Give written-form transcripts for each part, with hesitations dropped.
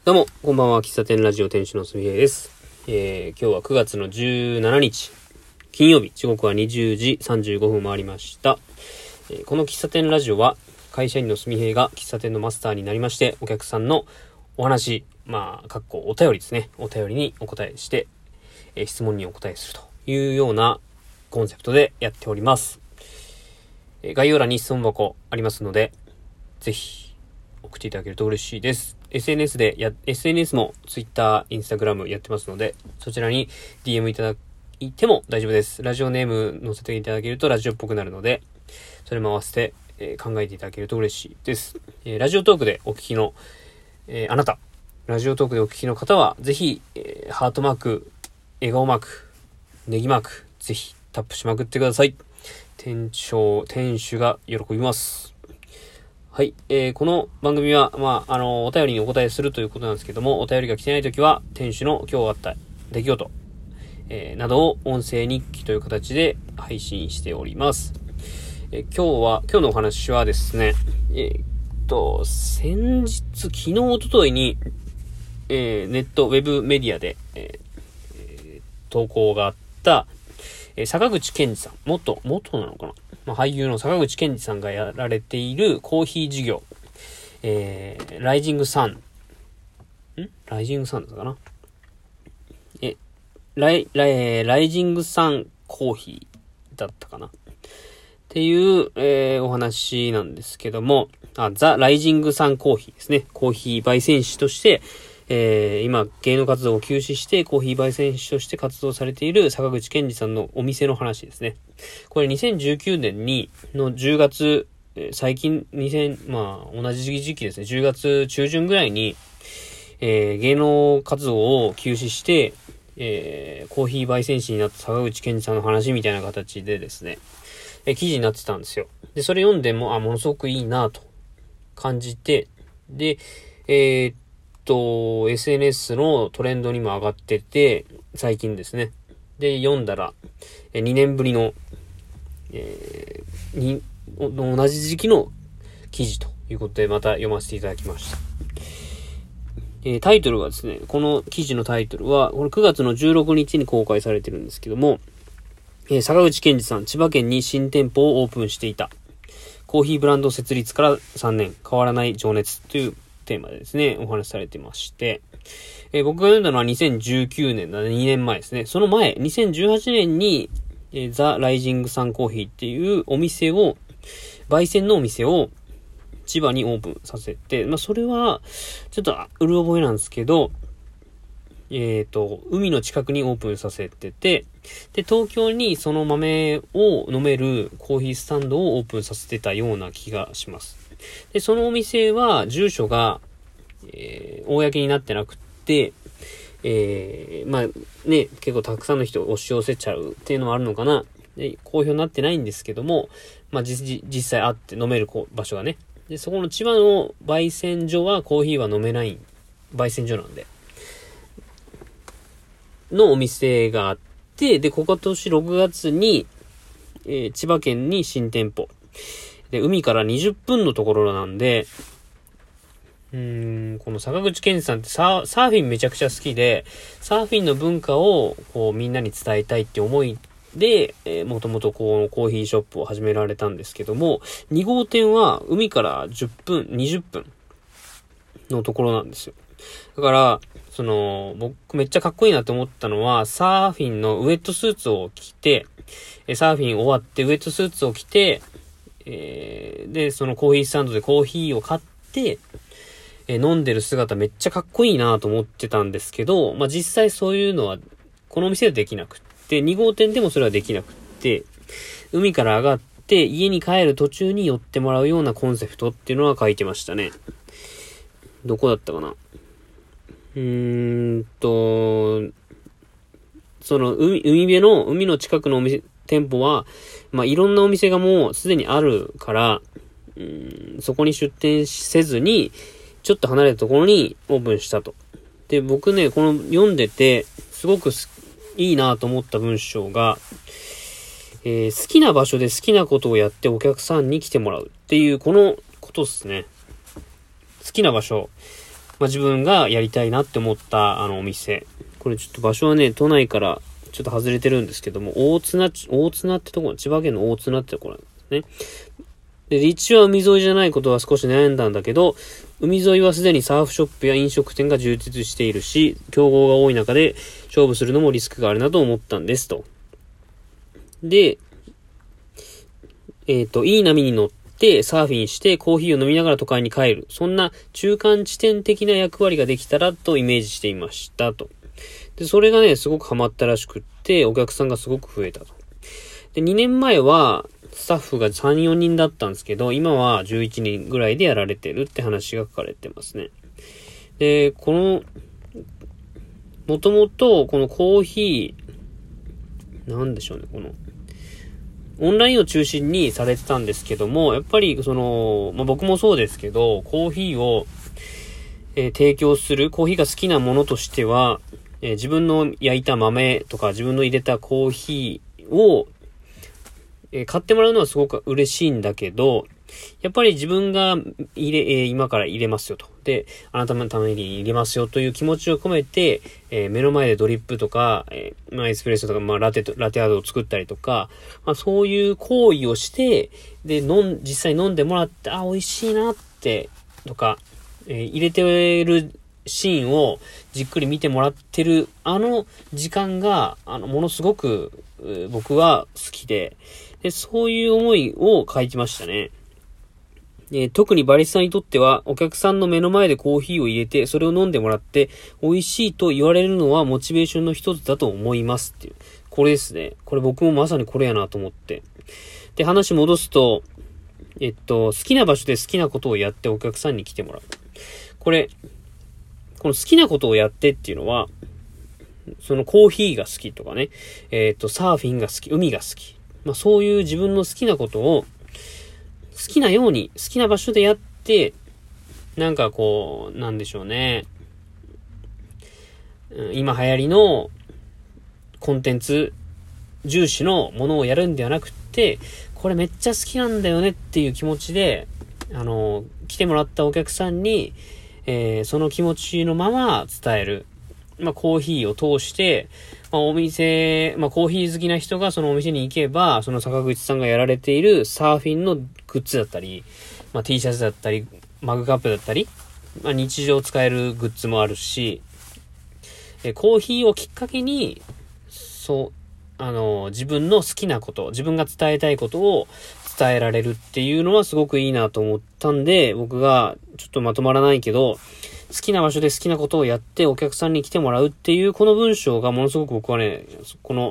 どうも、こんばんは。喫茶店ラジオ店主のすみへいです。今日は9月の17日、金曜日、時刻は20時35分回りました。この喫茶店ラジオは、会社員のすみへいが喫茶店のマスターになりまして、お客さんのお話、お便りですね。お便りにお答えして、質問にお答えするというようなコンセプトでやっております。概要欄に質問箱ありますので、ぜひ送っていただけると嬉しいです。SNS も Twitter、Instagram やってますので、そちらに DM いただいても大丈夫です。ラジオネーム載せていただけるとラジオっぽくなるので、それも合わせて、考えていただけると嬉しいです。ラジオトークでお聞きの、あなた、ラジオトークでお聞きの方は、ぜひ、ハートマーク、笑顔マーク、ネギマーク、ぜひタップしまくってください。店主が喜びます。はい。この番組は、お便りにお答えするということなんですけども、お便りが来てないときは、店主の今日あった出来事、などを音声日記という形で配信しております。今日のお話はですね、先日、昨日、一昨日に、ネット、ウェブメディアで、投稿があった、坂口健二さん、元なのかな、俳優の坂口健二さんがやられているコーヒー事業、ライジングサンですかな、ライジングサンコーヒーだったかなっていう、お話なんですけども、ザ・ライジングサンコーヒーですね。コーヒー焙煎士として、今芸能活動を休止してコーヒー焙煎士として活動されている坂口健二さんのお店の話ですね。これ2019年の10月、最近同じ時期ですね。10月中旬ぐらいに、芸能活動を休止して、コーヒー焙煎士になった坂口健二さんの話みたいな形でですね、記事になってたんですよ。で、それ読んでも、ものすごくいいなと感じて、で、SNS のトレンドにも上がってて、最近ですね。で、読んだら、2年ぶりの、同じ時期の記事ということで、また読ませていただきました。タイトルはですね、この記事のタイトルは、これ9月の16日に公開されてるんですけども、坂口健二さん、千葉県に新店舗をオープンしていた。コーヒーブランド設立から3年、変わらない情熱というテーマでですね、お話しされてまして、僕が読んだのは2019年だね、2年前ですね。その前、2018年に、ザ・ライジングサンコーヒーっていう焙煎のお店を千葉にオープンさせて、それは、ちょっとうる覚えなんですけど、海の近くにオープンさせてて、で、東京にその豆を飲めるコーヒースタンドをオープンさせてたような気がします。で、そのお店は、住所が、公になってなくって、結構たくさんの人押し寄せちゃうっていうのもあるのかな。で、公表になってないんですけども、実際あって飲める場所がね。で、そこの千葉の焙煎所はコーヒーは飲めない焙煎所なんで。のお店があって、で、今年6月に、千葉県に新店舗。で、海から20分のところなんで、この坂口健二さんってサーフィンめちゃくちゃ好きで、サーフィンの文化をこうみんなに伝えたいって思いで、もともとこのコーヒーショップを始められたんですけども、2号店は海から10分、20分のところなんですよ。だから、僕めっちゃかっこいいなと思ったのは、サーフィンのウェットスーツを着て、サーフィン終わってウェットスーツを着て、で、そのコーヒースタンドでコーヒーを買って、飲んでる姿めっちゃかっこいいなと思ってたんですけど、実際そういうのは、このお店でできなくって、2号店でもそれはできなくって、海から上がって家に帰る途中に寄ってもらうようなコンセプトっていうのは書いてましたね。どこだったかな。その海の近くの店舗は、いろんなお店がもうすでにあるから、そこに出店せずに、ちょっと離れたところにオープンしたと。で、僕ね、この読んでて、すごくいいなと思った文章が、好きな場所で好きなことをやってお客さんに来てもらうっていう、このことですね。好きな場所。 自分がやりたいなって思ったお店。これちょっと場所はね、都内からちょっと外れてるんですけども、大綱ってところ、千葉県の大綱ってところなんですね。で、立地は海沿いじゃないことは少し悩んだんだけど、海沿いはすでにサーフショップや飲食店が充実しているし、競合が多い中で勝負するのもリスクがあるなと思ったんですと。で、いい波に乗ってサーフィンしてコーヒーを飲みながら都会に帰る。そんな中間地点的な役割ができたらとイメージしていましたと。で、それがね、すごくハマったらしくって、お客さんがすごく増えたと。で、2年前は、スタッフが3、4人だったんですけど、今は11人ぐらいでやられてるって話が書かれてますね。で、もともと、このコーヒー、なんでしょうね、オンラインを中心にされてたんですけども、やっぱり僕もそうですけど、コーヒーを、提供する、コーヒーが好きなものとしては、自分の焼いた豆とか自分の入れたコーヒーを、買ってもらうのはすごく嬉しいんだけど、やっぱり自分が今から入れますよと。で、あなたのために入れますよという気持ちを込めて、目の前でドリップとか、エスプレッソとか、ラテアートを作ったりとか、そういう行為をして、で、実際飲んでもらって、美味しいなって、とか、入れてるシーンをじっくり見てもらってる、時間が、ものすごく、僕は好きで、そういう思いを書いてましたね。特にバリスタにとっては、お客さんの目の前でコーヒーを入れて、それを飲んでもらって、美味しいと言われるのはモチベーションの一つだと思いますっていう。これですね。これ僕もまさにこれやなと思って。で、話戻すと、好きな場所で好きなことをやってお客さんに来てもらう。この好きなことをやってっていうのは、そのコーヒーが好きとかね、サーフィンが好き、海が好き。そういう自分の好きなことを、好きなように、好きな場所でやって、なんでしょうね。今流行りのコンテンツ重視のものをやるんではなくって、これめっちゃ好きなんだよねっていう気持ちで、来てもらったお客さんに、その気持ちのまま伝える。コーヒーを通して、お店、コーヒー好きな人がそのお店に行けば、その坂口さんがやられているサーフィンのグッズだったり、T シャツだったり、マグカップだったり、日常使えるグッズもあるし、コーヒーをきっかけに、自分の好きなこと、自分が伝えたいことを伝えられるっていうのはすごくいいなと思ったんで、僕がちょっとまとまらないけど、好きな場所で好きなことをやってお客さんに来てもらうっていうこの文章がものすごく僕はね、この、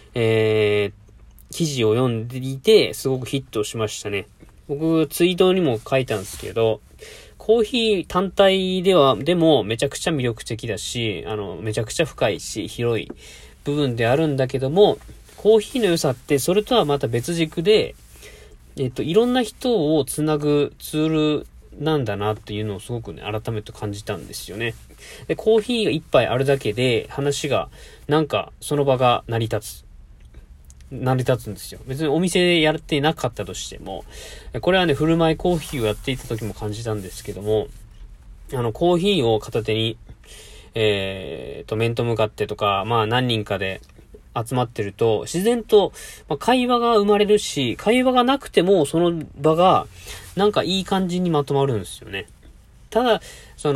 記事を読んでいてすごくヒットしましたね。僕ツイートにも書いたんですけど、コーヒー単体でもめちゃくちゃ魅力的だし、めちゃくちゃ深いし広い部分であるんだけども、コーヒーの良さってそれとはまた別軸で、いろんな人をつなぐツールなんだなっていうのをすごくね、改めて感じたんですよね。で、コーヒーが一杯あるだけで話が、その場が成り立つんですよ。別にお店でやってなかったとしても、これはね、振る舞いコーヒーをやっていた時も感じたんですけども、コーヒーを片手に、面と向かってとか、何人かで集まってると、自然と、会話が生まれるし、会話がなくてもその場が、いい感じにまとまるんですよね。ただ、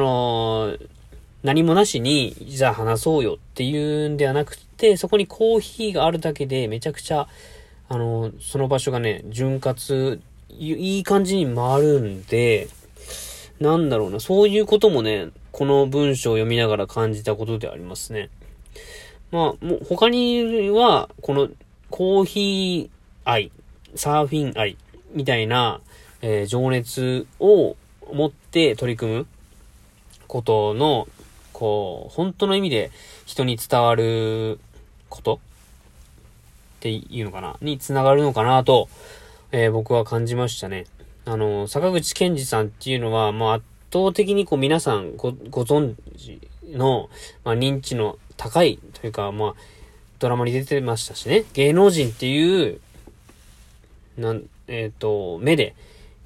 何もなしに、じゃあ話そうよっていうんではなくて、そこにコーヒーがあるだけでめちゃくちゃ、その場所がね、潤滑、いい感じに回るんで、そういうこともね、この文章を読みながら感じたことでありますね。もう他には、このコーヒー愛、サーフィン愛みたいな、情熱を持って取り組むことの、本当の意味で人に伝わることっていうのかなにつながるのかなと、僕は感じましたね。坂口健二さんっていうのは、圧倒的に皆さんご存知の、認知の高いというか、ドラマに出てましたしね。芸能人っていう、目で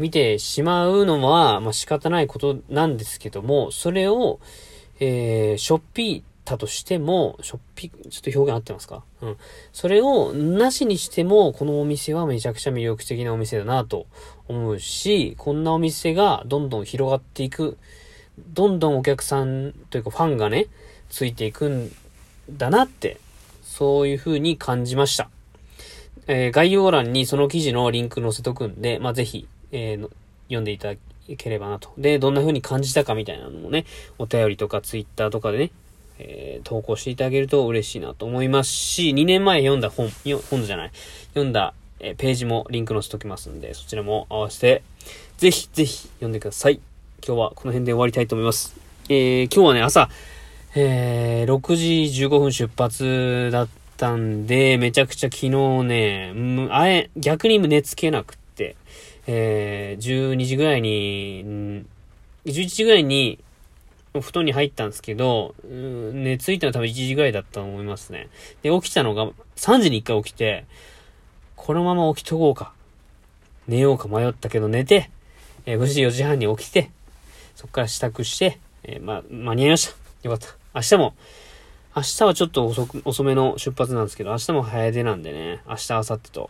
見てしまうのは、仕方ないことなんですけども、それを、しょっぴーたとしても、ちょっと表現合ってますか？それをなしにしても、このお店はめちゃくちゃ魅力的なお店だなと思うし、こんなお店がどんどん広がっていく、どんどんお客さんというかファンがね、ついていくんだなって、そういう風に感じました。概要欄にその記事のリンク載せとくんで、ぜひ、読んでいただければなと。で、どんな風に感じたかみたいなのもね、お便りとかツイッターとかでね、投稿していただけると嬉しいなと思いますし、2年前読んだ読んだ、ページもリンク載せときますんで、そちらも合わせて、ぜひぜひ読んでください。今日はこの辺で終わりたいと思います。今日はね、朝、6時15分出発だったんで、めちゃくちゃ昨日ね、逆に寝つけなくって、12時ぐらいに、11時ぐらいに、お布団に入ったんですけど、寝ついたのは多分1時ぐらいだったと思いますね。で、起きたのが3時に1回起きて、このまま起きとこうか、寝ようか迷ったけど寝て、無事4時半に起きて、そこから支度して、間に合いました。よかった。明日はちょっと遅めの出発なんですけど、明日も早出なんでね、明日、明後日と、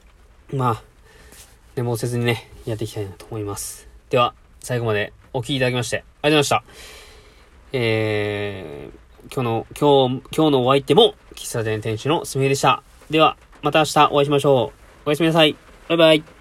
寝坊せずにね、やっていきたいなと思います。では、最後までお聞きいただきまして、ありがとうございました。今日のお相手も、喫茶店店主のすみへでした。では、また明日お会いしましょう。おやすみなさい。バイバイ。